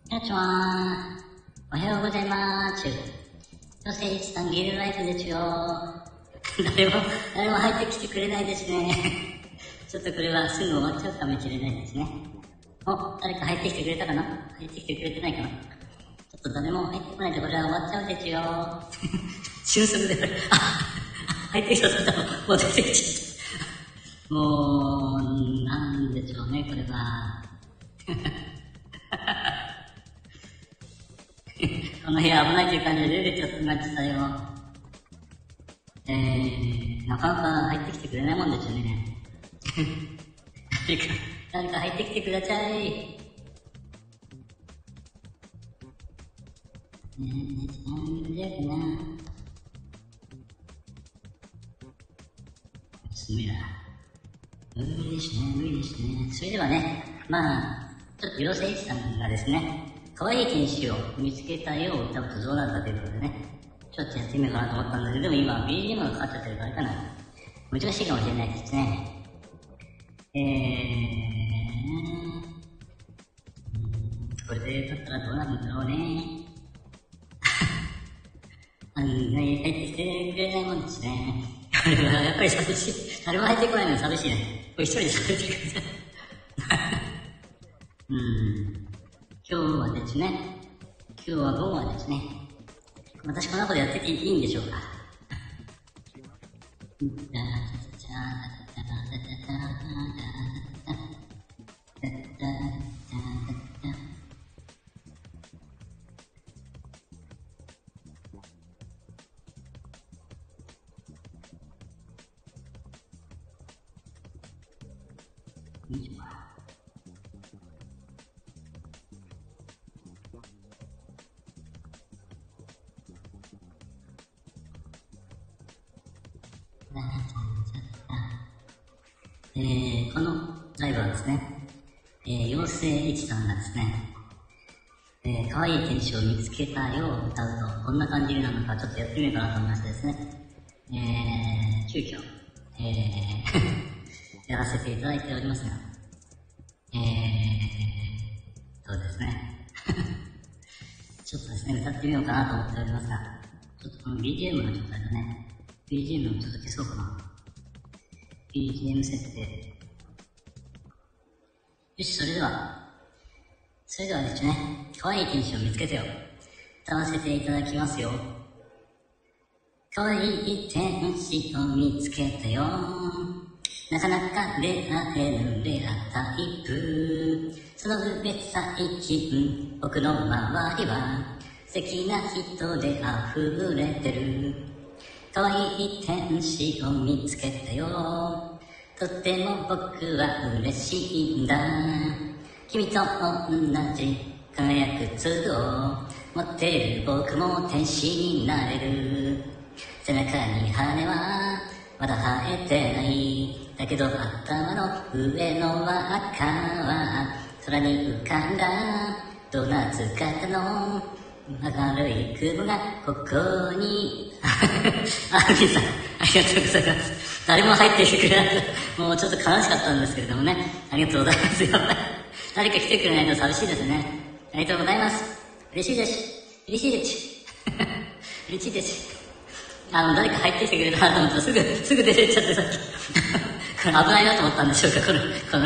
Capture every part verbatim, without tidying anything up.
やちはー、おはようございまーす。女性一さんゲルライフですよー。誰も、誰も入ってきてくれないですね。ちょっとこれはすぐ終わっちゃうかもしれないですね。お、誰か入ってきてくれたかな？入ってきてくれてないかな？ちょっと誰も入ってこないとこれは終わっちゃうですよー。瞬足で、あ、入ってきた方ももう出てきちゃった。もう、なんでしょうね、これは。この部屋危ないという感じで出てちゃってましたよ。えー、なかなか入ってきてくれないもんですよね。誰か、誰か入ってきてください。ねえ、なんでかな。すみだ。無理ですね、無理ですね。それではね、まあ、ちょっと妖精さんがですね、可愛い天使を見つけた絵を歌うとどうなるかということでね、ちょっとやってみようかなと思ったんだけど、でも今 ビージーエム がかかっちゃってるからあれかな。難しいかもしれないですね。えー、これで歌ったらどうなるんだろうね。あんなに入ってきてくれないもんですね。これはやっぱり寂しい。誰も入ってこないのに寂しいね。これ一人で喋ってください。うん。今日はですね、今日は午後はですね、私こんなことやってていいんでしょうか。えー、このライブはですね、えー、妖精一さんがですね、えー、可愛い天使を見つけたよを歌うと、こんな感じになるのかちょっとやってみようかなと思いましてですね、えー、急遽、えー、やらせていただいておりますが、えー、そうですね、ちょっとですね、歌ってみようかなと思っておりますが、ちょっとこの ビージーエム のちょっとあれだね、ビージーエム をちょっと消そうかな。ビージーエム 設定。よし、それでは、それではですね、可愛い天使を見つけてよ。歌わせていただきますよ。可愛い天使を見つけたよ。なかなか出会えぬレアタイプ。その上最近、僕の周りは素敵な人で溢れてる。可愛い天使を見つけたよ。とっても僕は嬉しいんだ。君と同じ輝く粒を持っている僕も天使になれる。背中に羽はまだ生えてない。だけど頭の上の輪っかは空に浮かんだドーナツ型の明るい雲がここにあ、みさんありがとうございます。誰も入ってきてくれなくてもうちょっと悲しかったんですけれどもね、ありがとうございますよ。誰か来てくれないと寂しいですね。ありがとうございます。嬉しいです。嬉しいです嬉しいです。あの誰か入ってきてくれたなと思ったらすぐすぐ出てっちゃってさっき危ないなと思ったんでしょうか、このこの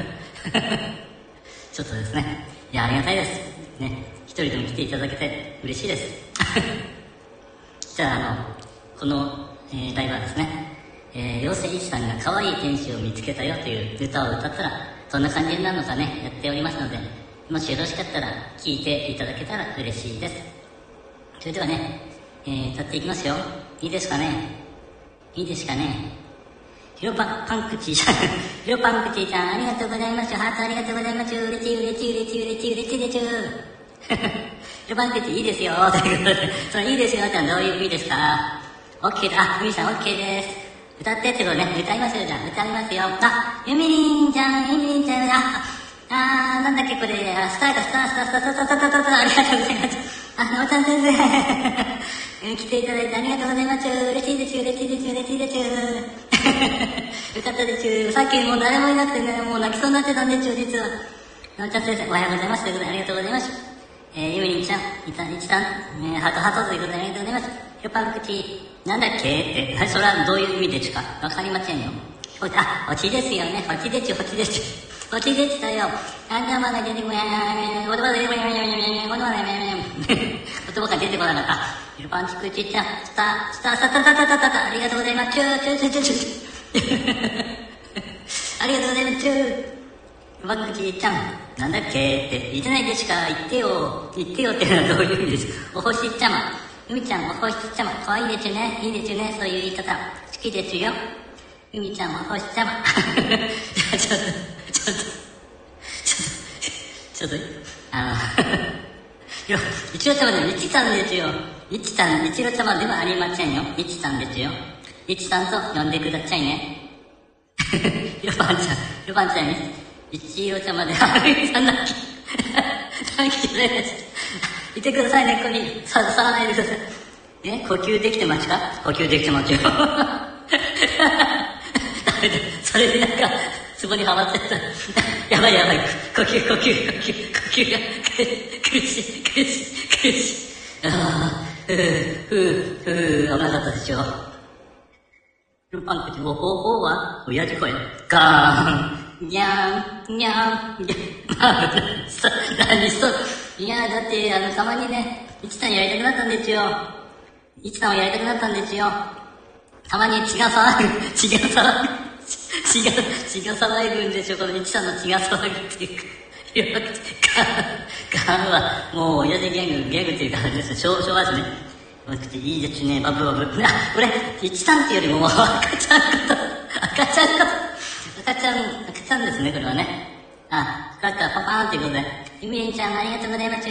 ちょっとですね、いやありがたいですね。一人でも来ていただけて嬉しいですじゃああのこの、えー、ライブはですね、えー、妖精一さんが可愛い天使を見つけたよという歌を歌ったらどんな感じになるのかね、やっておりますので、もしよろしかったら聴いていただけたら嬉しいです。それではね、えー、歌っていきますよ。いいですかね、いいですかね。ヒロパン、パンクチーちゃんヒロパンクチーちゃんありがとうございます。ハートありがとうございます。嬉しい嬉しい嬉しい嬉しい嬉しいですヒロパンクチーいいですよということで、そのいいですよってのはどういう意味ですか。 OK だ、あ、ふみさん OK です。歌ってってことね、歌いますよ。じゃあ歌いますよ。あ、ゆみりんちゃん、ゆみりんちゃん、あ、あー、なんだっけこれ、あ、スターだ、スター、スター、スター、スター、スター、スター、スター、ありがとうございます。あ、なおちゃん先生来ていただいてありがとうございます。嬉しいです、嬉しいです、嬉しいですよかったです。さっきもう誰もいなくてね、もう泣きそうになってたんですよ、実は。なおちゃん先生、おはようございます。ということでありがとうございます。 えー、ゆみりんちゃん、いた、いちさん、えー、ハートハートということでありがとうございます。ひろぱん口、なんだっけって、はい、それはどういう意味ですか？わかりませんよ。ほ、あ、ほちですよね。ほちでち、ほちでち。ほちでちだよ。頭が出てこない。言葉が出てこない。言葉が出てこなかった。ひろぱん口ちゃん、スター、スター、スター、スター、スター、スター、スター、ありがとうございます。チュー、チュー、チュー、チュー、チュー。ありがとうございます。チュー。バックチちゃん、なんだっけって言ってないでしか言ってよ、言ってよっていうのはどういう意味ですか？お星ちゃま、ゆみちゃんお星ちゃま、かわいいですよね、いいですよね、そういう言い方、好きですよ。ゆみちゃんお星ちゃま。ちょっと、ちょっと、ちょっと、ちょっと、あの、いちろちゃまでもいちさんですよ。いちさん、いちろちゃまではありませんよ。いちさんですよ。いちさんと呼んでくださいね。ひろぱんちゃん、ひろぱんちゃんね。いちろちゃまで、あゆみさんだっけ短期でです。いてくださいね、ここに。さ、さらないでください。え、呼吸できてますか？呼吸できてますよ。それでなんか、ツボにはまっちゃった。やばいやばい。呼吸、呼吸、呼吸、呼吸が苦しい、苦しい、苦しい。ああ、ふぅ、ふぅ、ふぅ、危なかったでしょ。パン口、おほほは、親父声。ガーン。にゃーん、にゃーん、にゃーん。さ、何しと、いやだって、あの、たまにね、いちさんやりたくなったんですよ。いちさんをやりたくなったんですよ。たまに血が騒ぐ、血が騒ぐ、血が、血が騒ぐんですよ、このいちさんの血が騒ぐっていうか。いや、ガーンは、もう、親父ギャグ、ギャグっていうか、あれですよ、昭昭和ですね。いいですね、バブバブ。あ、俺、いちさんっていうよりも、赤ちゃんこと、赤ちゃんこと、赤ちゃん、赤ちゃんですね、これはね。あ、かった、パパーンっていうことで。ゆみりんちゃん、ありがとうございます。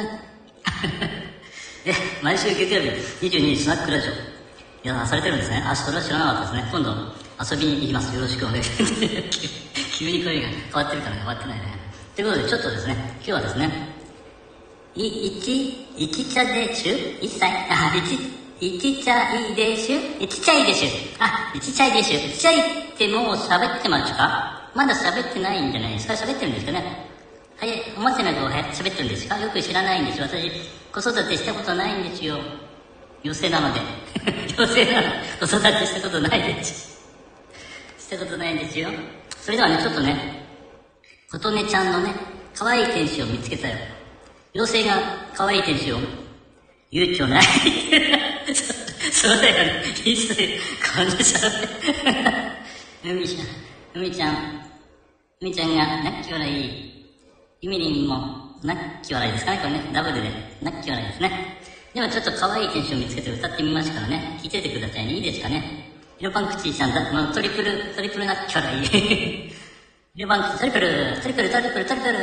え、毎週月曜日、にじゅうにじスナックラジオ。いや、されてるんですね。あ、それは知らなかったですね。今度、遊びに行きます。よろしくお願いします。急に声が変わってるから変わってないね。ということで、ちょっとですね、今日はですね、い、いち、いち茶でしゅ ?いっ 歳あ、いち、いち茶いでしゅ ?いち茶いでしゅあ、いち茶いでしゅいち茶いってもう喋ってますか？まだ喋ってないんじゃないですか？喋ってるんですかね？はい、おませなく喋ってるんですか？よく知らないんですよ。私、子育てしたことないんですよ。妖精なので。妖精なので、子育てしたことないです。したことないんですよ。それではね、ちょっとね、琴音ちゃんのね、可愛い天使を見つけたよ。妖精が可愛い天使を、悠長ない。そうだよね。いい人で、こんなしゃべる。海ちゃん、海ちゃん、海ちゃんが泣き笑い。ゆみりんも泣き笑いですかね、これね。ダブルで泣き笑いですね。ではちょっと可愛い天使を見つけて歌ってみますからね。聞いててくださいね。いいですかね。ヒロパンクチーさんだ、もうトリプル、トリプル泣き笑い。ヒロパンクチー、トリプル、トリプル、トリプル、トリプル。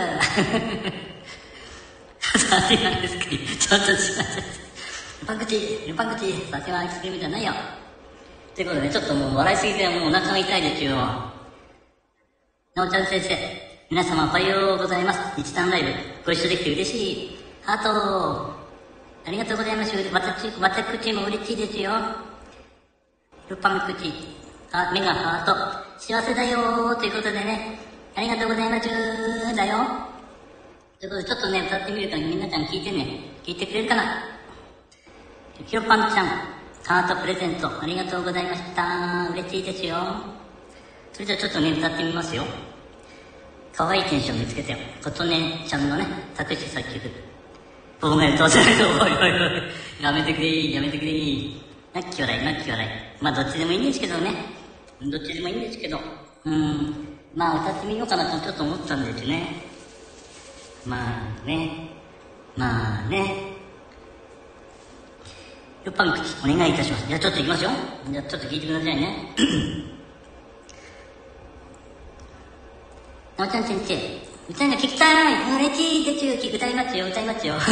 さてなんですか、ちょっと違う。ルパン口、ルパン口、さてはアイスクリームじゃないよ。ということで、ちょっともう笑いすぎてもうお腹が痛いですよ。なおちゃん先生、皆様おはようございます。一段ライブ、ご一緒できて嬉しい。ハート、ありがとうございます。私、私も嬉しいですよ。ルパン口、あ、目がハート、幸せだよーということでね、ありがとうございますだよ。ということで、ちょっとね、歌ってみるからみんなちゃん聞いてね。聞いてくれるかな？ひろぱんちゃん、ハートプレゼント、ありがとうございました。嬉しいですよ。それじゃあちょっとね、歌ってみますよ。可愛いテンション見つけてよ。琴音ちゃんのね、作詞作曲。ごめん、どうしないと、おいおいおい。やめてくれやめてくれなっき笑い、なっき笑い。まあ、どっちでもいいんですけどね。どっちでもいいんですけど。うん。まあ、歌ってみようかなとちょっと思ったんですね。まあね、まあね。ルパン口、お願いいたします。じゃあちょっと行きますよ。じゃあちょっと聞いてくださいね。なおちゃん先生、歌いの聞きたい。嬉しいですよ。歌いますよ、歌いますよ。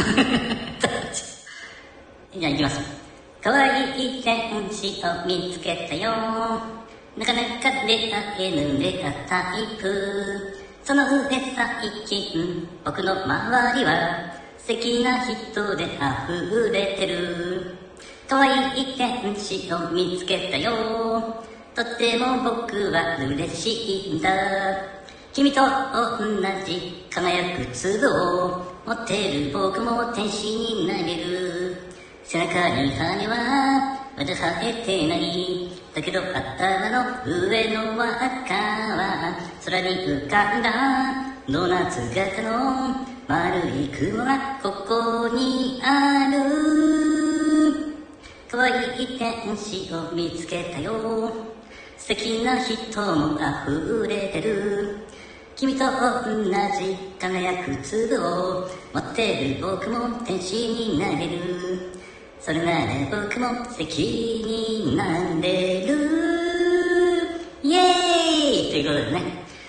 じゃあ行きます。かわいい天使を見つけたよ。なかなか出会えぬレアタイプ。その上最近、僕の周りは素敵な人で溢れてる。可愛い天使を見つけたよ。とても僕は嬉しいんだ。 君と同じ輝く粒を持ってる僕も天使になれる。背中に羽はまだ生えてない。だけど頭の上の輪っかは空に浮かんだドーナツ型の丸い雲がここにある。可愛い天使を見つけたよ。素敵な人も溢れてる。君と同じ輝く粒を持ってる僕も天使になれる。それなら僕も素敵になれる。イエーイということでね。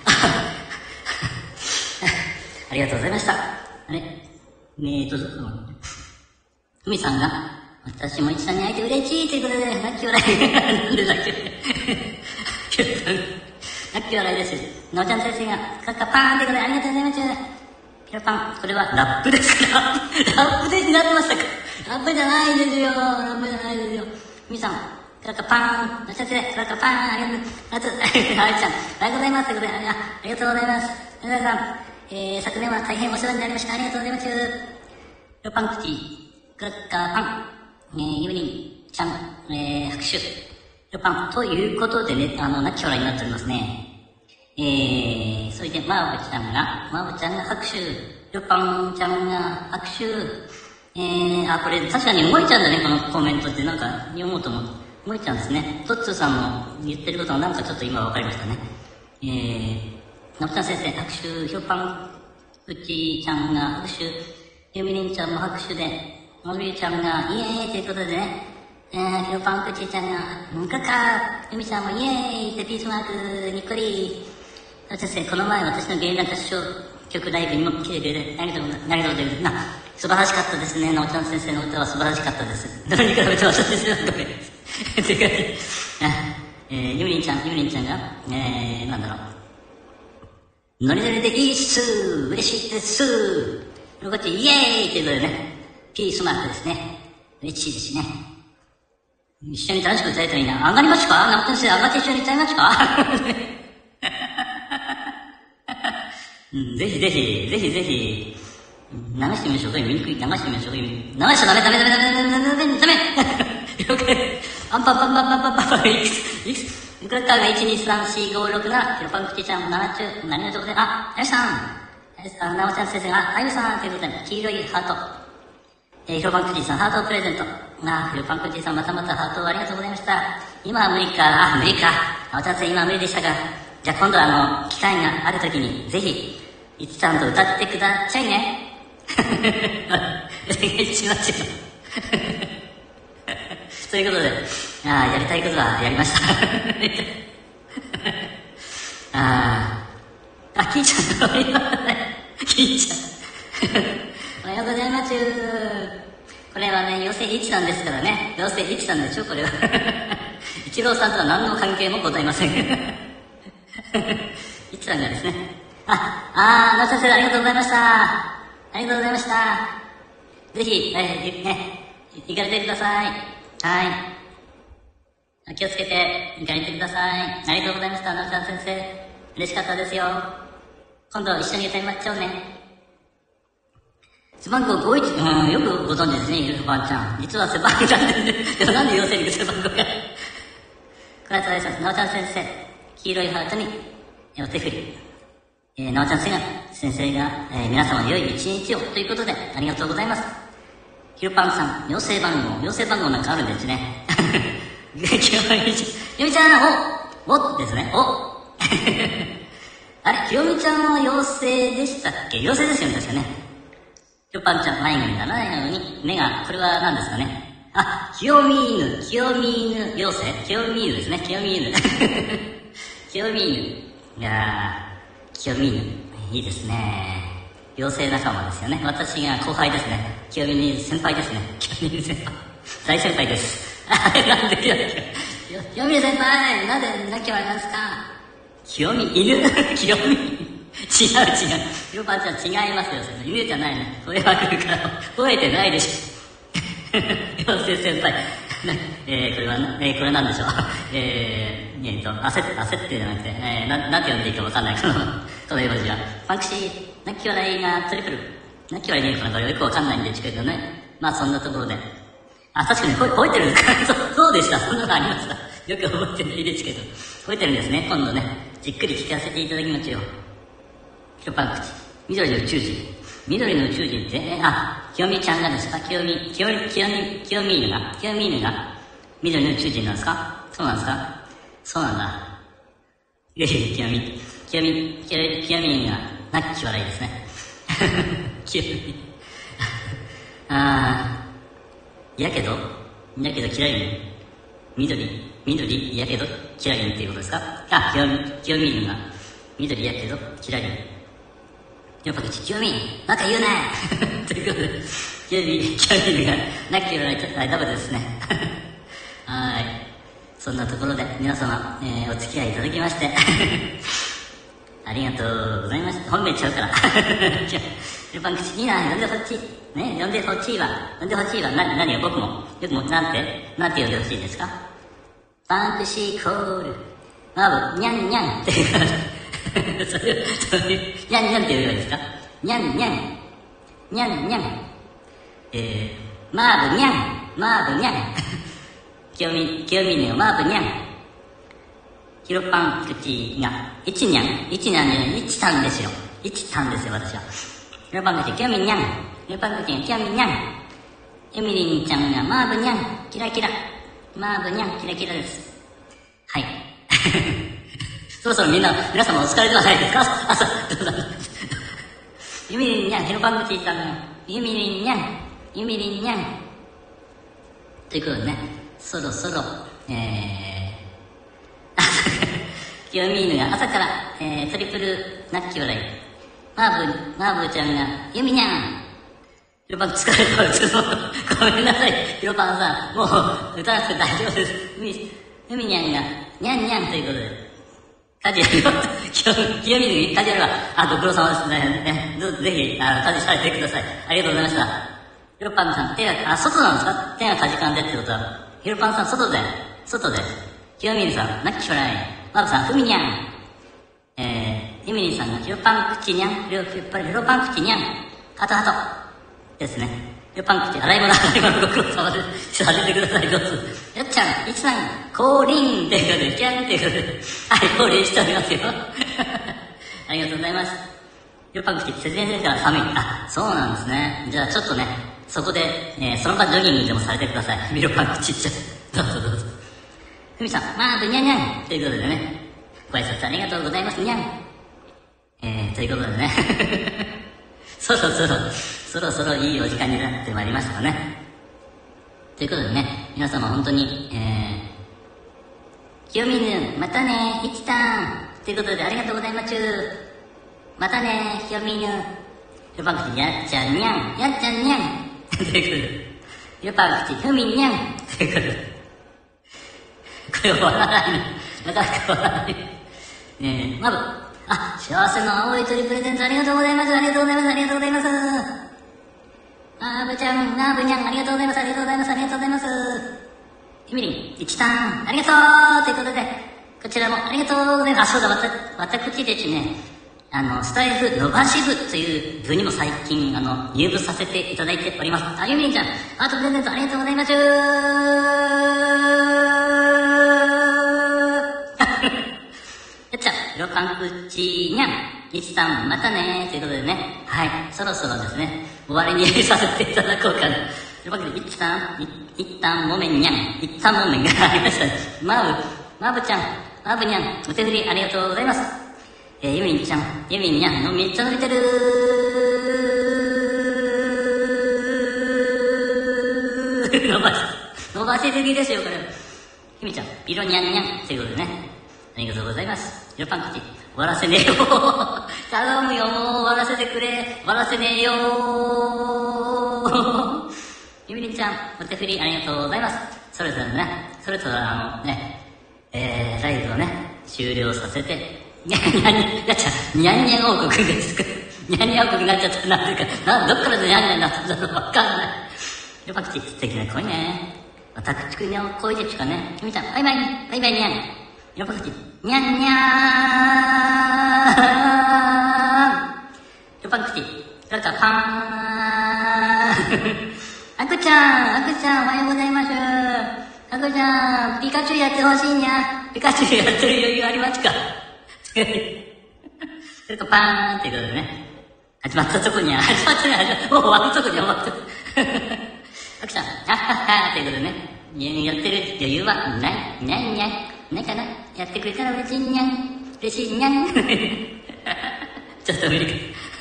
ありがとうございました。あれえーと、ちょっと待って。ふみさんが、私も一緒に会えて嬉しいということで、ラッキー笑い。なんでだっけラッキー笑いです。なおちゃん先生が、カッカパーンということで、ありがとうございます。ピロパン、これはラップですか？ラップでなってましたか？ラップじゃないですよ。ラップじゃないですよ。ふみさん、クラッカパーン。なおちゃん先生、クラッカパーン。ありがとう。ありがとう。あいちゃん、ありがとうございます。ということで、ありがとうございます。皆さん、えー、昨年は大変お世話になりました。ありがとうございます。ピロパンクチ、クラッカーパン、えー、ユミリンちゃん、えー、拍手。ピロパン、ということでね、あの、泣き笑いになっておりますね。えー、それで、マーブちゃんが、マーブちゃんが拍手、ルパンちゃんが拍手、えー、あ、これ確かに萌えちゃんだね、このコメントってなんか読もうと思う。萌えちゃんですね。トッツーさんの言ってることがなんかちょっと今わかりましたね。えー、ナプちゃん先生、拍手、ヒョパン、うちちゃんが拍手、ユミリンちゃんも拍手で、モビーちゃんがイエーイということでね、えー、ヒョパン、うちちゃんが、うんかか、ユミちゃんもイエーイってピースマーク、にっこり。先生、この前私の芸能合唱曲ライブにも来てくれてありがとうございます。ありがとうございます。素晴らしかったですね。なおちゃん先生の歌は素晴らしかったです。どれに比べて私の歌がいいです。というか、えー、ゆみりんちゃん、ゆみりんちゃんが、えー、なんだろう。ノリノリでいいっす。嬉しいです。こっち、イエーイということでね、ピースマークですね。嬉しいですね。一緒に楽しく歌えたらいいな。上がりますか？なおちゃん先生、上がって一緒に歌いますか？うん、ぜひぜひ、ぜひぜひ、流してみましょうか、見にくい、流してみましょうか、流しちゃダメ、ダメ、ダメ、ダメ、ダメ、ダメ、ダメ、ダメ了解。アンパンパンパンパンパンパンパン、いくつ、いくつ、クラッカーがいち、に、さん、よん、ご、ろく、なな、ピロパンクチちゃんもなな中、何のとこで、あ、あゆさん、あ、なおちゃん先生が、あゆさんということで、黄色いハート。えー、ヒロパンクチさん、ハートをプレゼント。あ、ヒロパンクチさん、またまたハートをありがとうございました。今は無理か、あ、無理か。なおちゃん先生、今は無理でしたが、じゃあ今度あの、機会があるときに、ぜひ、いつちゃんと歌ってくださいね。お願いしますよ。ということで、あやりたいことはやりました。ああ、キーちゃん、おはようございます。キーちゃん。おはようございます。これはね、妖精いちさんですからね。妖精いちさんでしょ、これは。一郎さんとは何の関係もございません。いちさんがですね、あ、あー、なお先生ありがとうございました。ありがとうございました。ぜひ、えー、ね、行かれてください。はい。気をつけて行かれてください。ありがとうございました、なおちゃん先生。嬉しかったですよ。今度一緒に歌いましょうね。背番号ごじゅういち、うん、よくご存知ですね、ゆるばんちゃん。実は背番号じゃないんで、でもなんで妖精に背番号が。これはですね、なおちゃん先生、黄色いハートにお手振り。えー、なおちゃん先生が、えー、皆様良い一日をということで、ありがとうございます。ひろぱんさん、妖精番号、妖精番号なんかあるんですね。ゆみちゃん、おおですね、おあれ、きよみちゃんは妖精でしたっけ？妖精ですよね、確かね。ひろぱんちゃん、迷子にならないように、目が、これは何ですかね。あ、きよみ犬、きよみ犬妖精きよみ犬ですね、きよみ犬。きよみ犬。いやー、きよみ犬、いいですね。妖精仲間ですよね。私が後輩ですね。きよみ犬先輩ですね。きよみ犬先輩。大先輩です。あれ、なんできよみ先輩、なんで泣き笑いなんですか？きよみ犬きよみ違う違う。ひろぱんちゃん違いますよ。犬じゃないね。声は来るから、吠えてないでしょ。妖精先輩。えー、これは、えー、これなんでしょう。えー、えーと、焦って、焦ってじゃなくて、えー、な、なんて呼んでいいかわかんない。この、ここの絵文字は。パンクシー、泣き笑いがトリプル。泣き笑いでいいのかなこれよくわかんないんですけどね。まあそんなところで。あ、確かに吠えてるんですかそう、そうでした。そんなのありました。よく覚えてないですけど。吠えてるんですね。今度ね、じっくり聞かせていただきますよ。ヒロパンクチ。緑の宇宙人。緑の宇宙人って、あ、清美ちゃんがですか清美、清美、清美、清美犬が、清美犬が緑の宇宙人なんですかそうなんですかそうなんだ。いやいや、清美、清美、清美犬が、泣き笑いですね。清美。あー、やけどやけどキラリン。緑、緑、やけどキラリンっていうことですかあ、清美、清美犬が、緑やけどキラリン。やっぱり、清美、なんか言うねということで、清美、清美が、泣き笑い、大ダブルですね。はい。そんなところで、皆様、えー、お付き合いいただきまして、ありがとうございました。本命ちゃうから。ルパン口いいな、呼んでほしい。ね、呼んでほしいわ。呼んでほしいわ。な、何よ、僕も。よくも、なんて、なんて呼んでほしいですかパンクシーコール。あ、にゃんにゃんっていうか、それ、そういう、にゃんにゃんって言うようですかにゃんにゃん。にゃんにゃん。えー、マーブにゃん。マーブにゃん。清美、清美のマーブにゃん。ヒロパン口が、一にゃん。一にゃんじゃない、一たんですよ。一たんですよ、私は。ヒロパン口、清美にゃん。ヒロパン口が清美にゃん。エミリンちゃんがマーブにゃん。キラキラ。マーブにゃん、キラキラです。はい。そろそろみんな、皆様お疲れではないですかあ、そう、どうぞ。ユミリンにゃん、ヒロパン口さんが、ユミリンにゃん、ユミリンにゃん。ということでね、そろそろ、えー、清美犬が朝から、えー、トリプルナッキ笑い。マーブ、マーブちゃんが、ユミにゃん。ヒロパン疲れた。ちょっと、ごめんなさい。ヒロパンさん、もう、打たなくて大丈夫です。ユミにゃんが、にゃんにゃんということで、家事やるよ。清水に家事やるわ。あ、ご苦労様ですね。どうぞぜひ、あの、家事されてください。ありがとうございました。ヒロパンさん、手が、あ、外なんですか手がかじかんでってことは。ヒロパンさん、外で、外で。清水さん、ナッキフライ。マブさん、ふみにゃん。えー、ユミリンさんが、ヒロパン口にゃん。ヒロ、ヒロパン口にゃん。ハトハト。ですね。ヒロパン口、洗い物、洗い物、ご苦労様です。されてください、どうぞ。やっちゃん、いちさん、降臨っていうことで、キャンっていうことで、はい、降臨しておりますよ。ありがとうございます。ヒロパン口、節電先生から寒い。あ、そうなんですね。じゃあちょっとね、そこで、えー、その場ジョギングでもされてください。ヒロパン口ちゃん。どうぞどうぞ。ふみさん、まあ、ぶにゃんにゃんということでね、ご挨拶ありがとうございます、にゃん。えー、ということでね、そろそろ、そろそろいいお時間になってまいりましたね。ということでね、皆様本当に、えー、清美犬、またね、いちたんということでありがとうございます。またね、清美犬。ヒロパン口、やっちゃんにゃん、やっちゃんにゃん。ということで、ヒロパン口、ふみにゃん。ということで、これ終わらないな。なかなか終わらない。えー、まぶ、あ、幸せの青い鳥プレゼントありがとうございます。ありがとうございます。ありがとうございます。まぶちゃん、まぶにゃん、ありがとうございます。ありがとうございます。ありがとうございます。ゆみりん、いちたん、ありがとうということで、こちらもありがとうございます。あ、そうだ、わた、私ですね、あの、スタイフ伸ばし部という部にも最近、あの、入部させていただいております。あ、ゆみりんちゃん、アートプレゼントありがとうございます。やっちゃん、ヒロパンクチにゃん、いちさん、またねーということでね、はい、そろそろですね、終わりにさせていただこうかな。というわけで、いちさん、い、一旦もめんにゃん、一旦もめんがありましたね。まぶ、まぶちゃん、まぶにゃん、お手振りありがとうございます。えー、ゆみんちゃん、ゆみんにゃんのめっちゃ伸びてるー伸ばし、伸ばしすぎですよ、これ。ゆみちゃん、ピロニャンニャンということでね、ありがとうございます。ヒロパン口、終わらせねえよ頼むよ、もう終わらせてくれ。終わらせねえよゆみりんちゃん、お手振りありがとうございます。それぞれね、それぞれあのね、えー、ライブをね、終了させて、にゃんにゃんにゃん、やっちゃん、にゃんにゃん王国ですか。にゃんにゃん王国になっちゃったな、なんていうか、な、どっからでにゃんにゃんになったんだろう、わかんない。ヒロパン口、素敵な声ね。私くんの声ですかね。ゆみちゃん、バイバイ、バイバイにゃん。ヒロパン口、にゃんにゃーパン口、それからパーン。あくちゃん、あくちゃん、おはようございます。あくちゃん、ピカチュウやってほしいにゃ。ピカチュウやってる余裕ありますかそれからパーンっていうことでね。始まったとこには、始まってない、もう終わるとこには終わってる。あくちゃん、あっはっはーっていうことでね。やってる余裕はない、ないにゃん。ないかな。やってくれたら嬉しいにゃん。嬉しいにゃん。ちょっと無理か。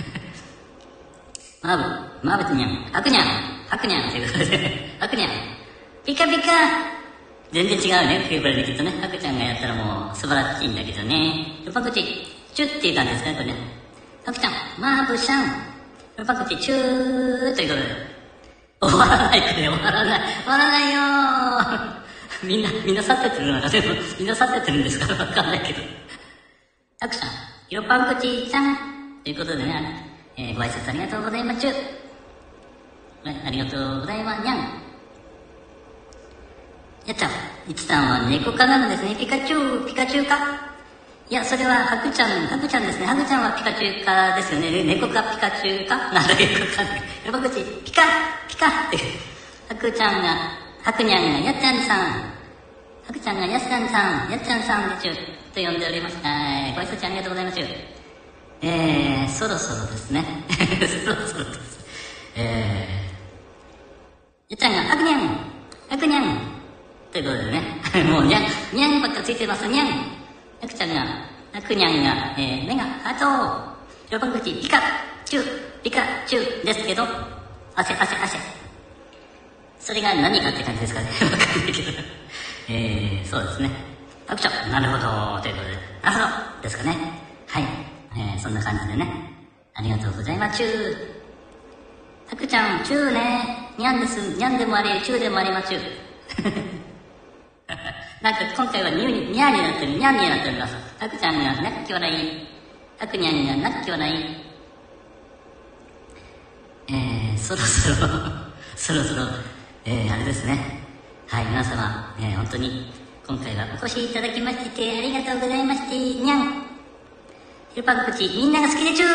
マーブ、マーブにゃん。あくにゃん、あくにゃんっていうことで。あくにゃん。ピカピカ。全然違うね、これね、きっとね。あくちゃんがやったらもう素晴らしいんだけどね。パクチー、チュッっていう感じですかね、これね。あくちゃん、マーブシャン。パクチー、チューということで。終わらない、これ終わらない。終わらないよー。みんな、みんな去ってってるのか、でも、みんな去ってってるんですかわかんないけど。あくちゃん、ヒロパンクチーちゃん。ということでね、えー、ご挨拶ありがとうございます。はい、ありがとうございます。にゃん。やっちゃん、いつさんは猫科なのですね。ピカチュウ、ピカチュウか。いや、それはハクちゃん、ハクちゃんですね。ハクちゃんはピカチュウ科ですよね。猫かピカチュウかなんだかよくわかんない。やば口、ピカ、ピカって。ハクちゃんが、ハクニャンがやっちゃんさん。ハクちゃんがやっちゃんさん、やっちゃんさんでちゅと呼んでおります。はい、ご挨拶ありがとうございます。えー、そろそろですね。そろそろです。えー、やっちゃんが、ハクニャン、ハクニャン。ということでね。もうにゃん、にゃんばっかついてます、にゃん。あくちゃんが、あくにゃんが、えー、目がハート。ヒロパン口、ピカチュウ、ピカチュウですけど、汗、汗、汗。それが何かって感じですかね。わかんないけど。えー、そうですね。あくちゃん、なるほど、ということで、なるほど、ですかね。はい。えー、そんな感じでね。ありがとうございます。チュウ。あくちゃん、チュウね。にゃんです。にゃんでもあり、チュウでもあります。チュウ。なんか今回はニューニャーになってる、ニャンになっております。あくちゃんがなっきょらい、あくにゃんがなっきょらい。えー、そろそろ、そろそろ、えー、あれですね。はい、皆様、えー、本当に今回はお越しいただきましてありがとうございまして、にゃん。ヒルパンプチ、みんなが好きでちゅー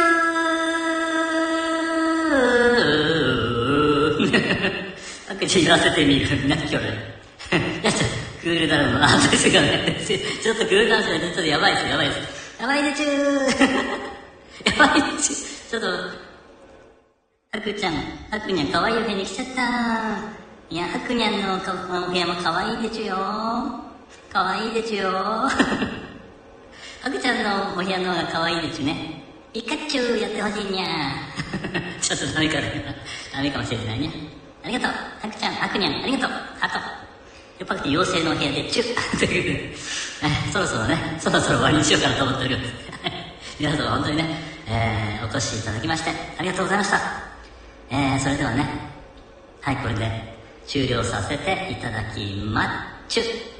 あくち言わせてみる、なっきょらい。やっちゃクールダウンの、あ、ですがね、ちょっとクールダウンしないとちょっとやばいです、やばいです。やばいでちゅーやばいでちゅーちょっと、ハクちゃん、ハクニャンかわいいお部屋に来ちゃったー。いや、ハクニャンのお部屋もかわいいでちゅよー。かわいいでちゅよー。ハクちゃんのお部屋の方がかわいいでちゅね。ピカチュウやってほしいにゃー。ちょっとダメかな。ダメかもしれないね。ありがとう。ハクちゃん、ハクニャン、ありがとう。ハート。やっぱり妖精のお部屋でチュッというそろそろね、そろそろ終わりにしようかなと思っております。皆様本当にね、えー、お越しいただきましてありがとうございました。えー、それではね、はい、これで終了させていただきまっちゅ。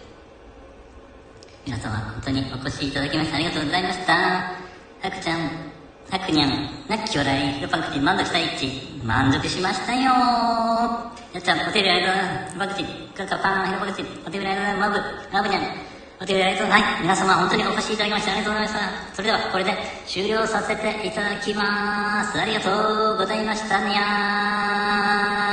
皆様本当にお越しいただきましてありがとうございました。ハクちゃん、ハクニャン、なっきょらい、ヒロパンクチ満足したいち、満足しましたよー。やっちゃん、お手入れありがとうございます。ヒロパンクチ、カカパン、ヒロパンクチ、お手入れありがとうございます。マブ、マブニャン、お手入れありがとうございます。はい、皆様本当にお越しいただきましてありがとうございました。それではこれで終了させていただきます。ありがとうございましたにゃー。